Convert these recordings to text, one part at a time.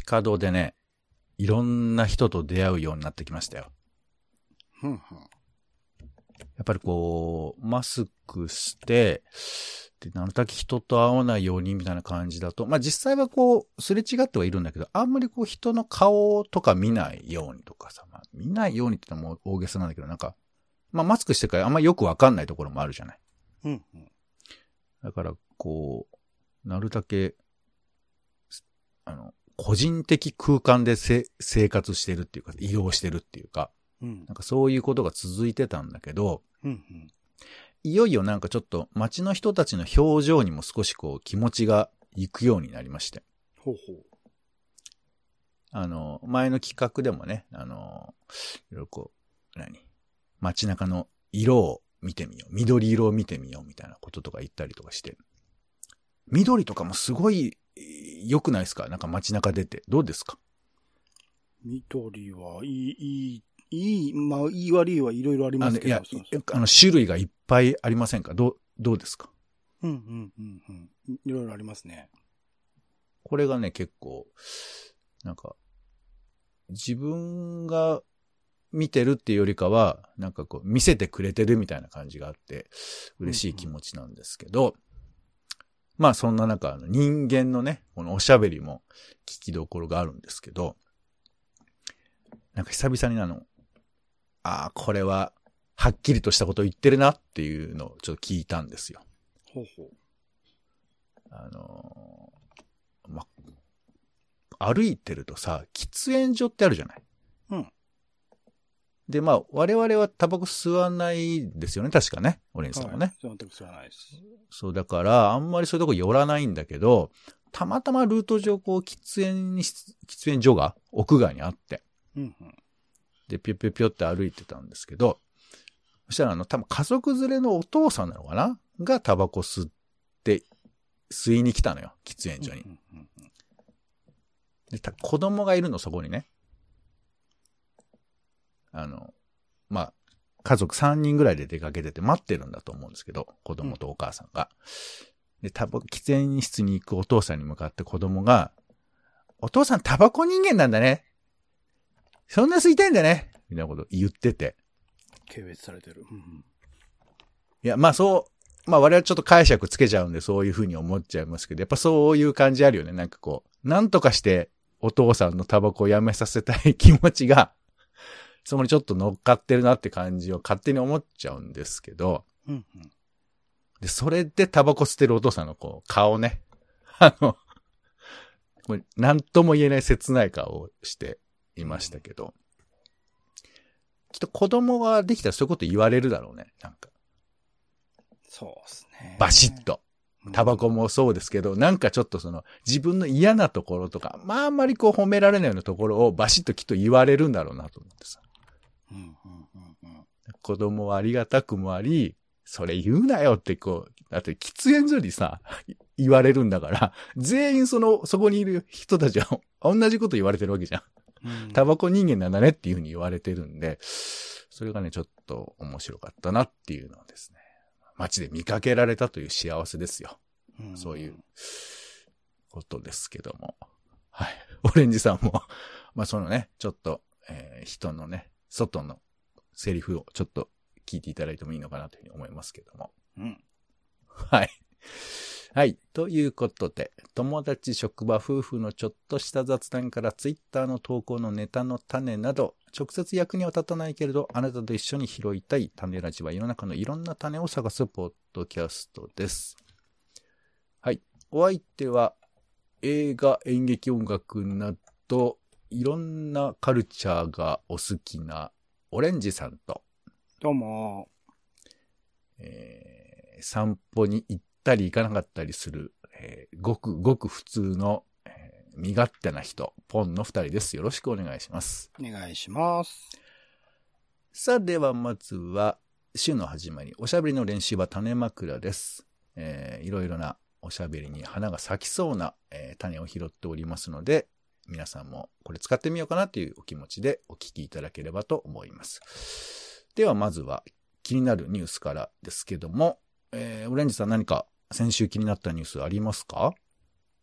門でね、いろんな人と出会うようになってきましたよ。 ふんふん。 やっぱりこう、マスクして、で、なるだけ人と会わないようにみたいな感じだと、まあ実際はこう、すれ違ってはいるんだけど、あんまりこう人の顔とか見ないようにとかさ、まあ見ないようにって言ったらもう大げさなんだけど、なんか、まあマスクしてからあんまりよくわかんないところもあるじゃない。 うんうん。 だからこう、なるだけ、個人的空間で生活してるっていうか、移動してるっていうか、 うん。 なんかそういうことが続いてたんだけど、 うんうん。 いよいよなんかちょっと街の人たちの表情にも少しこう気持ちが行くようになりまして。 ほうほう。 前の企画でもね、いろいろこう、街中の色を見てみよう。緑色を見てみようみたいなこととか言ったりとかして。緑とかもすごい良くないですか？なんか街中出て。どうですか？ 緑はいい、まあ、いい悪いはいろいろありますけど。 いや、種類がいっぱいありませんか？どうですか？ うんうんうんうん。いろいろありますね。 これがね、結構、なんか、自分が見てるっていうよりかは、なんかこう、見せてくれてるみたいな感じがあって、嬉しい気持ちなんですけど、まあそんな中、人間のね、このおしゃべりも聞きどころがあるんですけど、なんか久々にこれは、はっきりとしたことを言ってるなっていうのをちょっと聞いたんですよ。 ほうほう。 まあ、歩いてるとさ、喫煙所ってあるじゃない？ うん。 で、まあ、我々はタバコ吸わないですよね、確かね。オレンジさんもね。 はい、全く吸わないです。 そう、だから、あんまりそういうとこ寄らないんだけど、たまたまルート上、こう、喫煙所が屋外にあって。 うんうん。 で、ぴょぴょぴょって歩いてたんですけど、そしたら多分家族連れのお父さんなのかながタバコ吸って、吸いに来たのよ、喫煙所に。 うんうんうん、 で、子供がいるの、そこにね。まあ、家族3人ぐらいで出かけてて待ってるんだと思うんですけど、子供とお母さんが。で、喫煙室に行くお父さんに向かって子供が、お父さんタバコ人間なんだね。そんな吸いたいんだね。みたいなこと言ってて。 軽蔑されてる。うんうん、 いや、まあそう、まあ我々ちょっと解釈つけちゃうんでそういうふうに思っちゃいますけど、やっぱそういう感じあるよね。なんかこう、なんとかしてお父さんのタバコをやめさせたい気持ちが、そこにちょっと乗っかってるなって感じを勝手に思っちゃうんですけど、 うんうん、 で、それでタバコ吸ってるお父さんのこう、顔ね。これなんとも言えない切ない顔をしていましたけど、きっと子供ができたらそういうこと言われるだろうね。なんか。 そうですね。 バシッと。タバコもそうですけど、なんかちょっと自分の嫌なところとか、まああんまりこう褒められないようなところをバシッときっと言われるんだろうなと思ってさ。 うんうんうんうん、 子供はありがたくもあり、それ言うなよってこう、だって喫煙所にさ、言われるんだから、全員そこにいる人たちは同じこと言われてるわけじゃん。タバコ人間なんだねっていうふうに言われてるんで、それがね、ちょっと面白かったなっていうのはですね、街で見かけられたという幸せですよ。そういうことですけども。はい。オレンジさんも、まあそのね、ちょっと、人のね、外のセリフをちょっと聞いていただいてもいいのかなというふうに思いますけども。 うん。 はい。はい。ということで、友達、職場、夫婦のちょっとした雑談からツイッターの投稿のネタの種など、直接役には立たないけれど、あなたと一緒に拾いたい種ラジは世の中のいろんな種を探すポッドキャストです。はい。お相手は映画、演劇、音楽など、いろんなカルチャーがお好きなオレンジさんと、 どうも。 散歩に行ったり行かなかったりする、ごくごく普通の、身勝手な人、ポンの二人です。よろしくお願いします。 お願いします。 さあ、ではまずは、週の始まり、おしゃべりの練習は種枕です。いろいろなおしゃべりに花が咲きそうな、種を拾っておりますので、皆さんもこれ使ってみようかなというお気持ちでお聞きいただければと思います。ではまずは気になるニュースからですけども、オレンジさん何か先週気になったニュースありますか？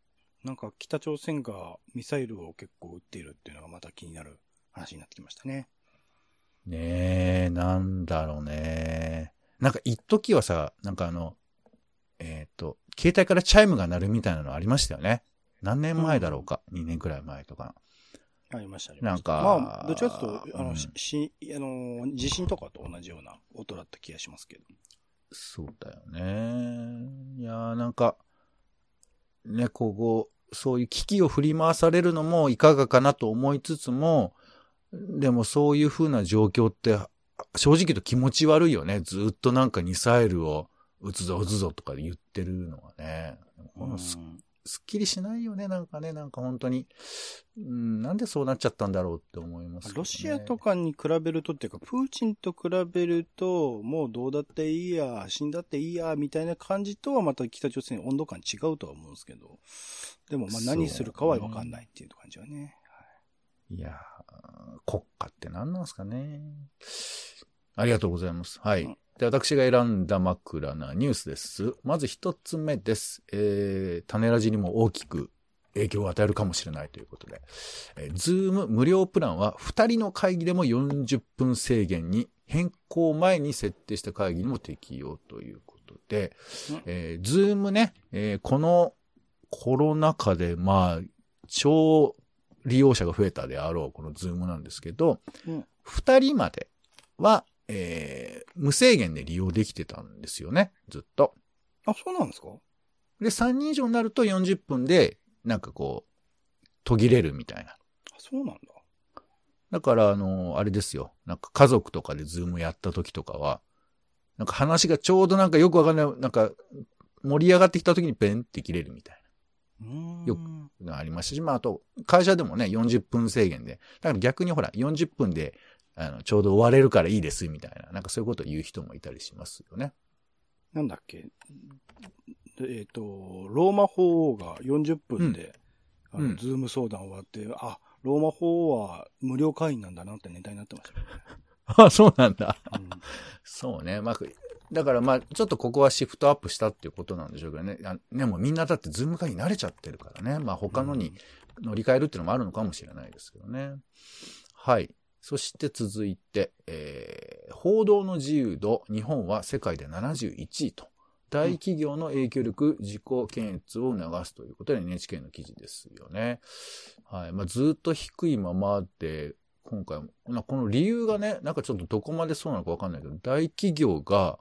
なんか北朝鮮がミサイルを結構撃っているっていうのがまた気になる話になってきましたね。 ねえ、なんだろうね。なんか一時はさ、なんか携帯からチャイムが鳴るみたいなのありましたよね。何年前だろうか。2年くらい前とか。 ありました、ありまなんした。 か、 まあ、どっちかというと、地震とかと同じような音だった気がしますけど。 そうだよね。いやーなんか、ね、そういう危機を振り回されるのもいかがかなと思いつつも、でもそういう風な状況って正直言うと気持ち悪いよね。ずっとなんかミサイルを撃つぞとか言ってるのはね。すっきりしないよね、なんかね、なんか本当に。なんでそうなっちゃったんだろうって思いますけどね。 ロシアとかに比べるとっていうか、プーチンと比べると、もうどうだっていいや、死んだっていいや、みたいな感じとはまた北朝鮮温度感違うとは思うんですけど。でもまあ何するかはわかんないっていう感じはね。 いやー、国家って何なんですかね。ありがとうございます。はい。で、私が選んだ枕なニュースです。まず一つ目です。種ラジにも大きく影響を与えるかもしれないということで。ズーム無料プランは2人の会議でも40分制限に変更前に設定した会議にも適用ということで、ズームね、このコロナ禍でまあ、超利用者が増えたであろうこのズームなんですけど、2人までは無制限で利用できてたんですよね、ずっと。 あ、そうなんですか？ で、3人以上になると40分で、なんか途切れるみたいな。 そうなんだ。 だから、あれですよ。なんか家族とかでズームやった時とかは、なんか話がちょうどなんかよくわかんない、なんか盛り上がってきた時にペンって切れるみたいな。よくありましたし、まあ、あと、会社でもね、40分制限で。だから逆にほら、40分で、ちょうど終われるからいいですみたいな、なんかそういうことを言う人もいたりしますよね。 なんだっけ、ローマ法王が40分で、ズーム相談終わって、あ、ローマ法王は無料会員なんだなってネタになってましたね。 あ、そうなんだ。そうね。まあ、だからまあ、ちょっとここはシフトアップしたっていうことなんでしょうけどね。もうみんなだってズーム会に慣れちゃってるからね。まあ他のに乗り換えるっていうのもあるのかもしれないですけどね。はい。そして続いて、報道の自由度、日本は世界で71位と。大企業の影響力、自己検閲を促すということで NHK の記事ですよね。はい。まあ、ずっと低いままで、今回も、この理由がね、なんかちょっとどこまでそうなのかわかんないけど、大企業が、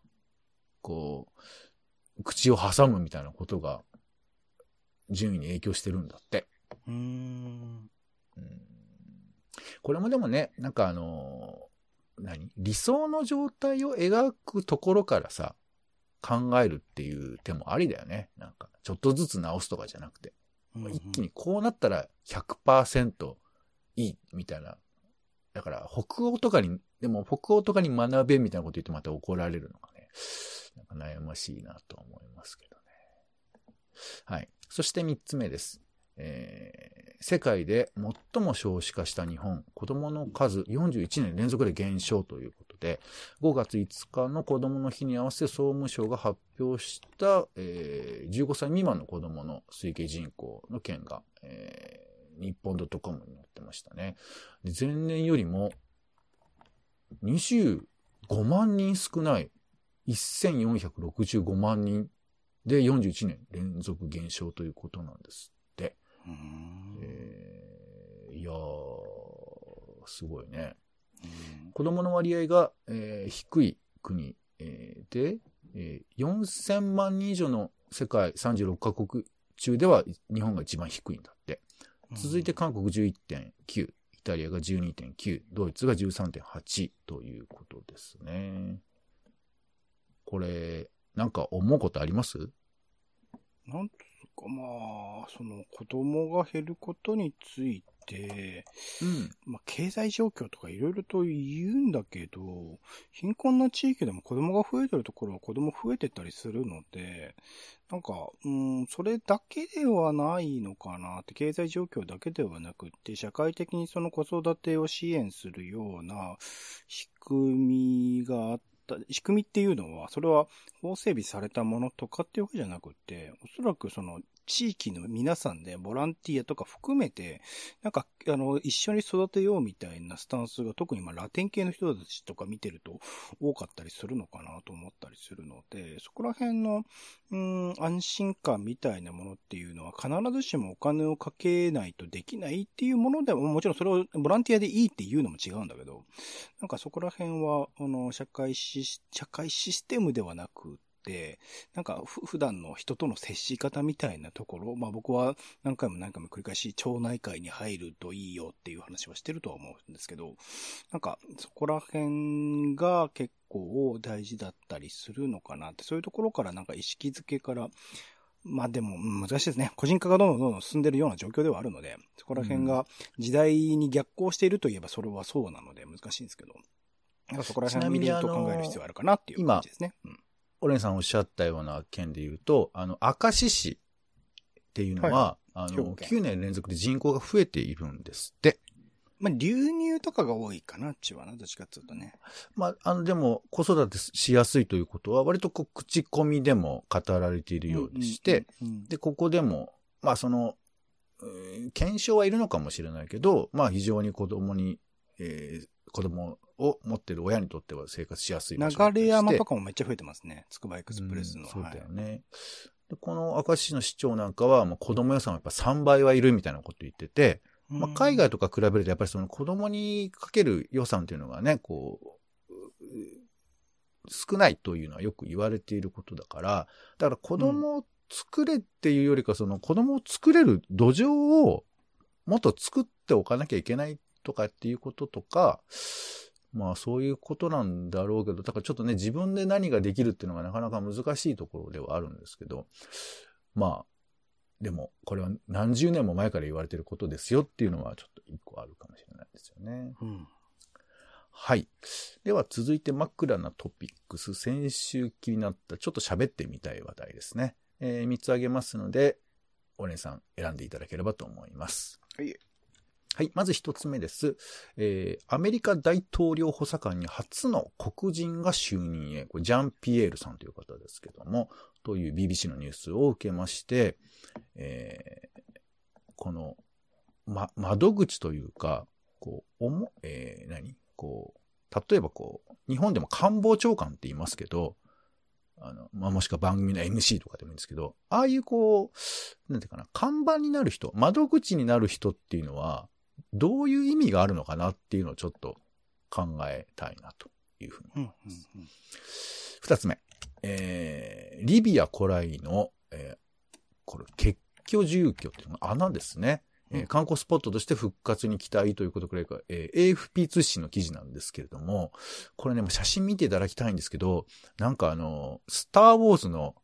口を挟むみたいなことが、順位に影響してるんだって。これもでもね、なんか理想の状態を描くところからさ、考えるっていう手もありだよね。なんか、ちょっとずつ直すとかじゃなくて。一気にこうなったら 100% いいみたいな。だから北欧とかに学べみたいなこと言ってまた怒られるのがね、なんか悩ましいなと思いますけどね。はい。そして3つ目です。世界で最も少子化した日本、子供の数41年連続で減少ということで、5月5日の子供の日に合わせ総務省が発表した、15歳未満の子供の推計人口の件が、日本.com に載ってましたね。で、前年よりも25万人少ない1465万人で41年連続減少ということなんですって。いやー、すごいね。子供の割合が、低い国、で、4000万人以上の世界36カ国中では日本が一番低いんだって。続いて韓国 11.9、イタリアが 12.9、ドイツが 13.8 ということですね。これ、なんか思うことあります？ なんつうか、まあ、その子供が減ることについて、まあ、経済状況とかいろいろと言うんだけど、貧困な地域でも子供が増えてるところは子供増えてたりするので、なんか、それだけではないのかなって、経済状況だけではなくって、社会的にその子育てを支援するような仕組みがあっった仕組みっていうのは、それは法整備されたものとかっていうわけじゃなくて、おそらくその地域の皆さんでボランティアとか含めて、なんか、一緒に育てようみたいなスタンスが特にラテン系の人たちとか見てると多かったりするのかなと思ったりするので、そこら辺の、安心感みたいなものっていうのは必ずしもお金をかけないとできないっていうものでも、もちろんそれをボランティアでいいっていうのも違うんだけど、なんかそこら辺は、社会システムではなく、なんか普段の人との接し方みたいなところ、僕は何回も繰り返し町内会に入るといいよっていう話はしてるとは思うんですけど、なんかそこら辺が結構大事だったりするのかなって、そういうところからなんか意識づけから、でも難しいですね。個人化がどんどん進んでるような状況ではあるので、そこら辺が時代に逆行しているといえばそれはそうなので難しいんですけど、なんかそこら辺を見ると考える必要があるかなっていう感じですね。 オレンさんおっしゃったような件で言うと、明石市っていうのは、9年連続で人口が増えているんですって。 流入とかが多いかな、ちはな、どっちかっていうとね。 でも、子育てしやすいということは、割と口コミでも語られているようでして、で、ここでも、検証はいるのかもしれないけど、非常に子供を持ってる親にとっては生活しやすい場所だったりして。 流山とかもめっちゃ増えてますね。つくばエクスプレスの。 そうだよね。でこの明石市の市長なんかは、子供予算はやっぱ3倍はいるみたいなこと言ってて、海外とか比べるとやっぱりその子供にかける予算というのがね、少ないというのはよく言われていることだから、だから子供を作れっていうよりか、その子供を作れる土壌をもっと作っておかなきゃいけないとかっていうこととか、そういうことなんだろうけど、だからちょっとね、自分で何ができるっていうのがなかなか難しいところではあるんですけど、でも、これは何十年も前から言われていることですよっていうのはちょっと一個あるかもしれないですよね。はい。では続いて真っ暗なトピックス、先週気になったちょっと喋ってみたい話題ですね。3つ挙げますので、お姉さん選んでいただければと思います。はい。まず一つ目です。アメリカ大統領補佐官に初の黒人が就任へ、これジャン・ピエールさんという方ですけども、という BBC のニュースを受けまして、この、窓口というか、例えば日本でも官房長官って言いますけど、もしくは番組の MC とかでもいいんですけど、ああいうなんていうかな、看板になる人、窓口になる人っていうのは、どういう意味があるのかなっていうのをちょっと考えたいなというふうに思います。二つ目、リビア古来の、これ、結居住居っていうのが穴ですね。観光スポットとして復活に期待ということくらいか、AFP 通信の記事なんですけれども、これね、写真見ていただきたいんですけど、なんかスターウォーズの、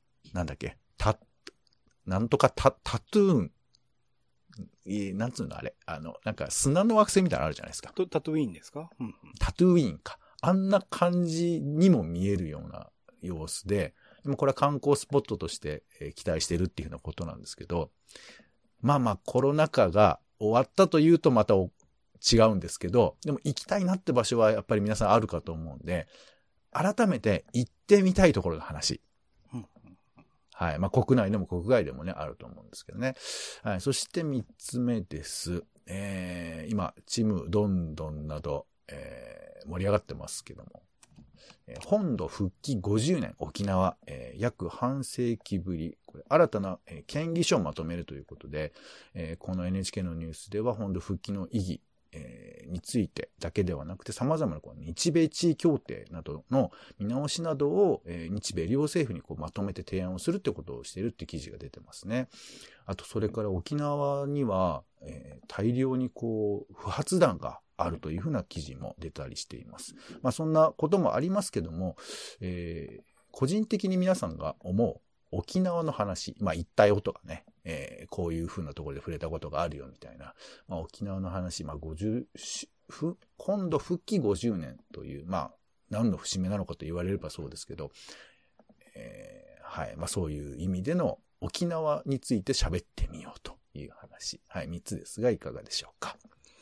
なんとかタトゥーン、なんつうのあれ、なんか砂の惑星みたいなのあるじゃないですか。 タトゥーンですか？ タトゥーンか。あんな感じにも見えるような様子で、でもこれは観光スポットとして期待してるっていうようなことなんですけど、コロナ禍が終わったというとまた違うんですけど、でも行きたいなって場所はやっぱり皆さんあるかと思うんで、改めて行ってみたいところの話。はい。国内でも国外でもね、あると思うんですけどね。はい。そして3つ目です。今、ちむどんどんなど、盛り上がってますけども、本土復帰50年沖縄、約半世紀ぶり、これ新たな、建議書をまとめるということで、この NHK のニュースでは本土復帰の意義、についてだけではなくて様々な日米地位協定などの見直しなどを、日米両政府にまとめて提案をするってことをしているって記事が出てますね。あとそれから沖縄には、大量に不発弾があるというふうな記事も出たりしています。そんなこともありますけども、個人的に皆さんが思う沖縄の話、行ったよとかね、こういう風なところで触れたことがあるよみたいな、沖縄の話、今度復帰50年という、何の節目なのかと言われればそうですけど、はい、そういう意味での沖縄について喋ってみようという話。はい、3つですがいかがでしょうか。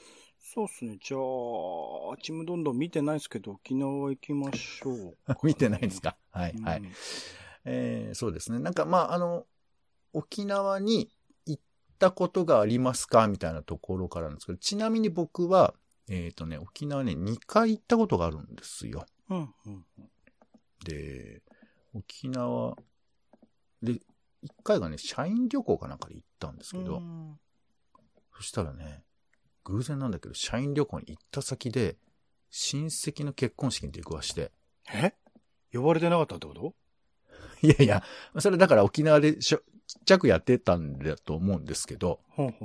そうっすね。じゃあ、ちむどんどん見てないですけど、沖縄行きましょうか。 見てないですか？はい、はい。そうですね。なんか、まあ、沖縄に行ったことがありますかみたいなところからなんですけど、ちなみに僕は、沖縄ね、2回行ったことがあるんですよ。 うんうん、 で、沖縄で、1回がね、社員旅行かなんかで行ったんですけど、そしたらね、偶然なんだけど、社員旅行に行った先で、親戚の結婚式に出くわして。 呼ばれてなかったってこと？ いやいや、それだから沖縄でちっちゃくやってたんだと思うんですけど、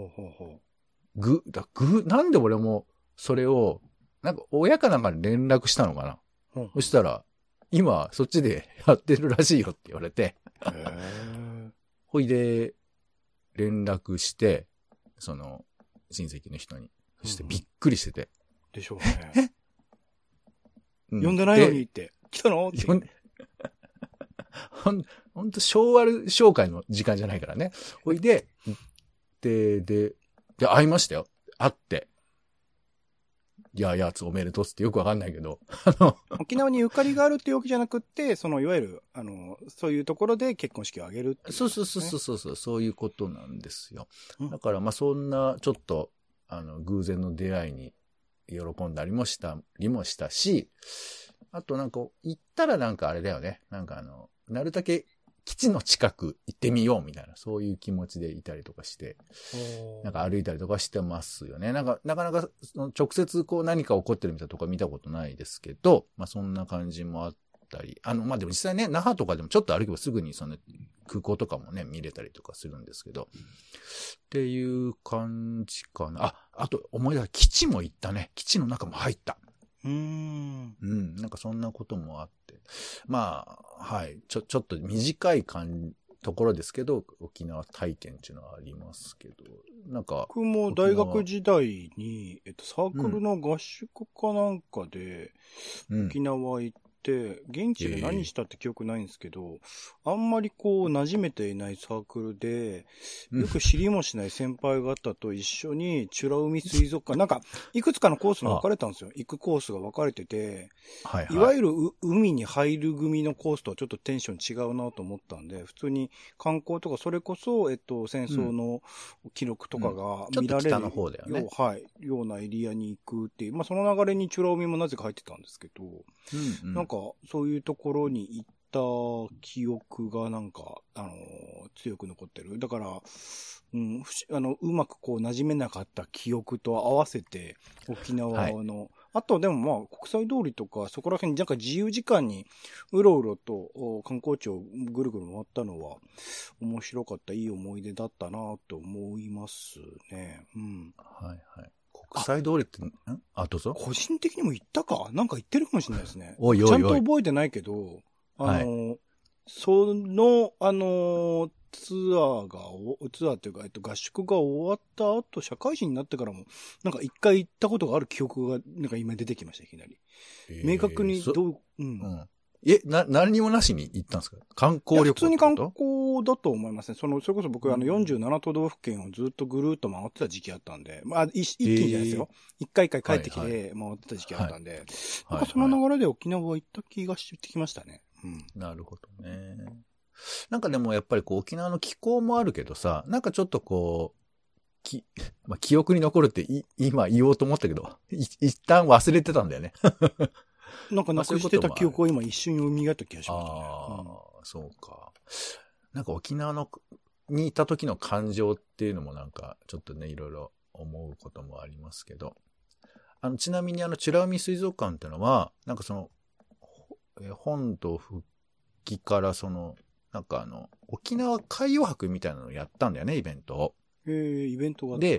なんで俺もそれを、なんか親かなんかに連絡したのかな。そしたら、今そっちでやってるらしいよって言われて。ほいで、連絡して、その、親戚の人に。そしてびっくりしてて。 でしょうね。呼んでないのにって。来たのって。 ほんと昭和紹介の時間じゃないからね。ほいで、で、会いましたよ。会って。いや、やつおめでとうってよくわかんないけど。 沖縄にゆかりがあるっていうわけじゃなくって、その、いわゆる、そういうところで結婚式を挙げるっていう、ね。 そういうことなんですよ。だから、まあ、そんな、ちょっと、偶然の出会いに喜んだりもしたし、あとなんか、行ったらなんかあれだよね。なんかなるだけ基地の近く行ってみようみたいな、そういう気持ちでいたりとかして、なんか歩いたりとかしてますよね。なんか、なかなか直接こう何か起こってるみたいなとこ見たことないですけど、まあそんな感じもあったり、まあでも実際ね、那覇とかでもちょっと歩けばすぐにその空港とかもね、見れたりとかするんですけど、っていう感じかな。あと思い出した、基地も行ったね。基地の中も入った。なんかそんなこともあって。まあ、はい。ちょっと短いところですけど、沖縄体験っていうのはありますけど、なんか。 僕も大学時代に、サークルの合宿かなんかで、沖縄行って、現地で何したって記憶ないんですけど、あんまりこう馴染めていないサークルで、よく知りもしない先輩方と一緒に美ら海水族館、なんかいくつかのコースが分かれたんですよ。行くコースが分かれてて、いわゆる海に入る組のコースとはちょっとテンション違うなと思ったんで、普通に観光とか、それこそ、戦争の記録とかが見られるようなエリアに行くっていう、まあその流れに美ら海もなぜか入ってたんですけど、なんかそういうところに行った記憶がなんか、強く残ってる。だから、うまくこう馴染めなかった記憶と合わせて、沖縄の、あとでもまあ国際通りとかそこら辺なんか自由時間にうろうろと観光地をぐるぐる回ったのは面白かった、いい思い出だったなと思いますね。 はいはい。国際通りって、どうぞ。 個人的にも行ったかなんか行ってるかもしれないですね。 おいおいおい。 ちゃんと覚えてないけど、その、ツアーというか、合宿が終わった後、社会人になってからも、なんか一回行ったことがある記憶が、なんか今出てきました、いきなり。明確に何にもなしに行ったんですか？観光旅行？ 普通に観光だと思いますね。それこそ僕47都道府県をずっとぐるーっと回ってた時期あったんで、まあ、一気にじゃないですよ。一回帰ってきて回ってた時期あったんで、なんかその流れで沖縄は行った気がしてきましたね。 なるほどね。なんかでもやっぱりこう沖縄の気候もあるけどさ、なんかちょっとこう、記憶に残るって今言おうと思ったけど、一旦忘れてたんだよね。 なんかなくしてた記憶を今一瞬蘇った気がしますね。 そうか。なんか沖縄にいた時の感情っていうのもなんかちょっとね、いろいろ思うこともありますけど。ちなみに美ら海水族館っていうのは、なんかその、本土復帰からなんか沖縄海洋博みたいなのをやったんだよね、イベントを。 イベントがで、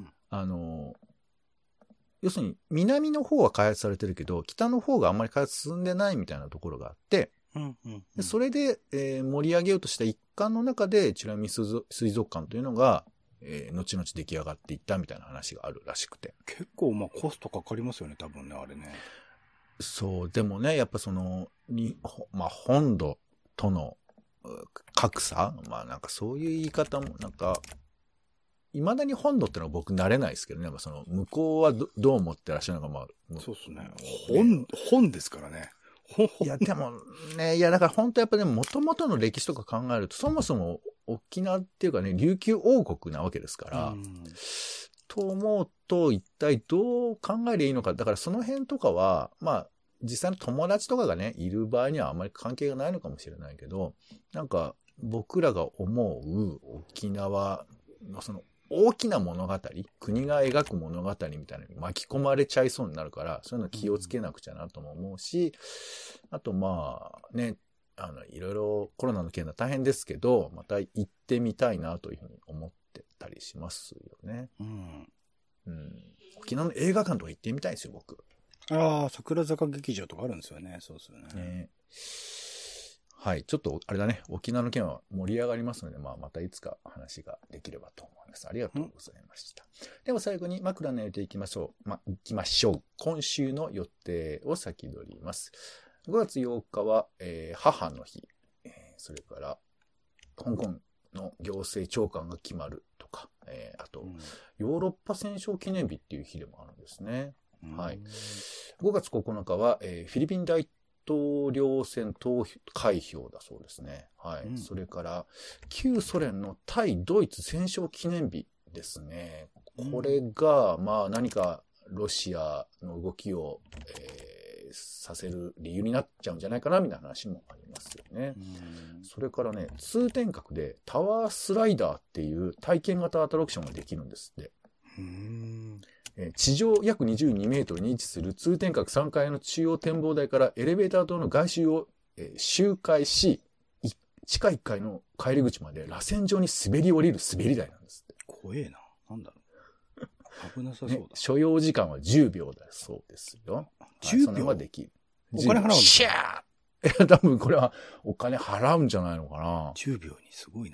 要するに南の方は開発されてるけど、北の方があんまり開発進んでないみたいなところがあって、でそれで、盛り上げようとした一環の中で、美ら海水族館というのが、後々出来上がっていったみたいな話があるらしくて。 結構まあコストかかりますよね、多分ね、あれね。 そう、でもね、やっぱまあ本土との格差、まあなんかそういう言い方もなんか未だに本土ってのは僕慣れないですけどね。その、向こうはどう思ってらっしゃるのか、まあ。 そうですね。本ですからね。 いや、でもね、いや、だから本当やっぱね、元々の歴史とか考えると、そもそも沖縄っていうかね、琉球王国なわけですから、と思うと、一体どう考えればいいのか。だからその辺とかは、まあ、実際の友達とかがね、いる場合にはあんまり関係がないのかもしれないけど、なんか、僕らが思う沖縄のその大きな物語、国が描く物語みたいなのに巻き込まれちゃいそうになるから、そういうの気をつけなくちゃなとも思うし、あとまあね、いろいろコロナの件は大変ですけど、また行ってみたいなというふうに思ってたりしますよね。沖縄の映画館とか行ってみたいですよ、僕。 ああ、桜坂劇場とかあるんですよね。そうですよね。 はい。ちょっと、あれだね。沖縄の件は盛り上がりますので、まあ、またいつか話ができればと思います。ありがとうございました。では最後に枕の予定行きましょう。今週の予定を先取ります。5月8日は、母の日。それから、香港の行政長官が決まるとか、あと、ヨーロッパ戦勝記念日っていう日でもあるんですね。はい。5月9日は、フィリピン大統領選投開票だそうですね。はい。それから、旧ソ連の対ドイツ戦勝記念日ですね。これが、まあ何かロシアの動きを、させる理由になっちゃうんじゃないかな、みたいな話もありますよね。それからね、通天閣でタワースライダーっていう体験型アトラクションができるんですって。地上約22メートルに位置する通天閣3階の中央展望台からエレベーター塔の外周を、周回し、地下1階の帰り口まで螺旋状に滑り降りる滑り台なんですって。 怖えな。なんだろう。危なさそうだ、ね。 所要時間は10秒だそうですよ。 10秒はできる。 お金払うんですか？ シャー多分これはお金払うんじゃないのかな。 10秒にすごいな。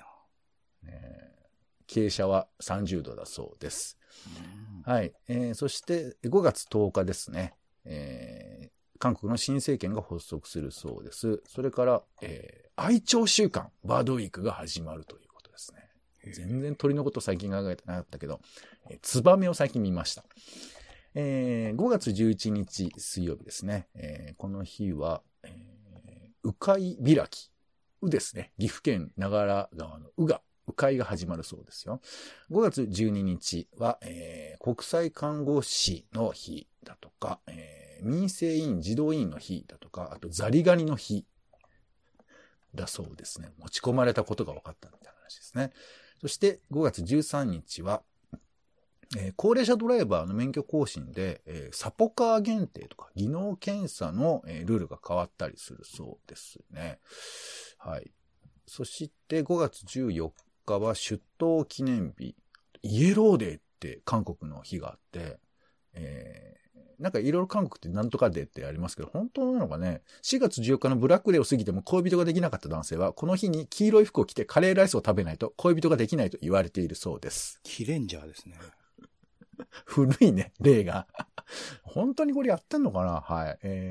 傾斜は30度だそうです。はい。そして5月10日ですね。韓国の新政権が発足するそうです。それから、愛鳥週間、バードウィークが始まるということですね。全然鳥のこと最近考えてなかったけど、ツバメを最近見ました。5月11日水曜日ですね。この日は、鵜飼開き。鵜ですね。岐阜県長良川の鵜飼が始まるそうですよ。5月12日は、国際看護師の日だとか、民生委員児童委員の日だとか、あとザリガニの日だそうですね。持ち込まれたことが分かったみたいな話ですね。そして5月13日は、高齢者ドライバーの免許更新で、サポカー限定とか技能検査の、ルールが変わったりするそうですね。はい。そして5月14日は出頭記念日。イエローデーって韓国の日があって、なんかいろいろ韓国ってなんとかデーってありますけど、本当なのかね、4月14日のブラックデーを過ぎても恋人ができなかった男性は、この日に黄色い服を着てカレーライスを食べないと恋人ができないと言われているそうです。 キレンジャーですね。 古いね、例が。本当にこれやってんのかな。はい。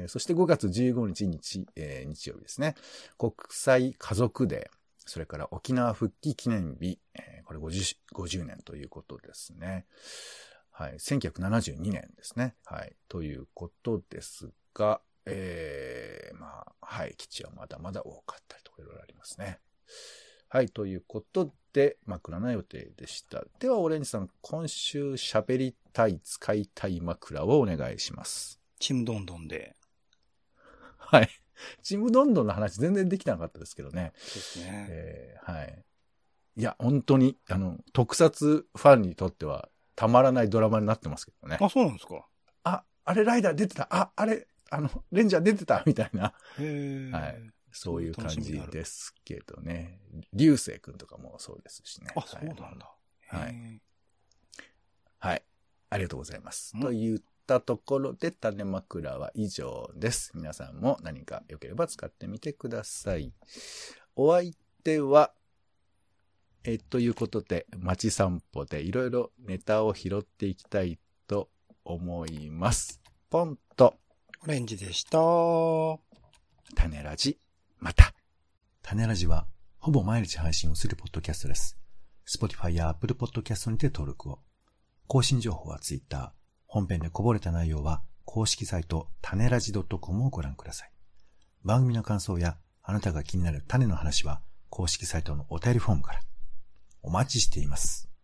そして5月15日日曜日ですね。国際家族デー。それから沖縄復帰記念日。これ50年ということですね。はい。1972年ですね。はい。ということですが、まあ、はい。基地はまだまだ多かったりとかいろいろありますね。はい。ということで、枕の予定でした。では、オレンジさん、今週喋りたい、使いたい枕をお願いします。 ちむどんどんで。 はい。ちむどんどんの話全然できてなかったですけどね。 そうですね。 はい。いや、本当に、特撮ファンにとってはたまらないドラマになってますけどね。 あ、そうなんですか。 あれライダー出てた。あれ、レンジャー出てたみたいな。 へはい。そういう感じですけどね。流星くんとかもそうですしね。 あ、そうなんだ。 はい。はい。ありがとうございます。 うん、 といったところで、種枕は以上です。皆さんも何か良ければ使ってみてください。お相手は、ということで、街散歩でいろいろネタを拾っていきたいと思います。ポンと。 オレンジでした。 種ラジ、また。種ラジは、ほぼ毎日配信をするポッドキャストです。 Spotify や Apple Podcast にて登録を。更新情報は Twitter。本編でこぼれた内容は公式サイト種ラジ .com をご覧ください。番組の感想やあなたが気になる種の話は公式サイトのお便りフォームから。お待ちしています。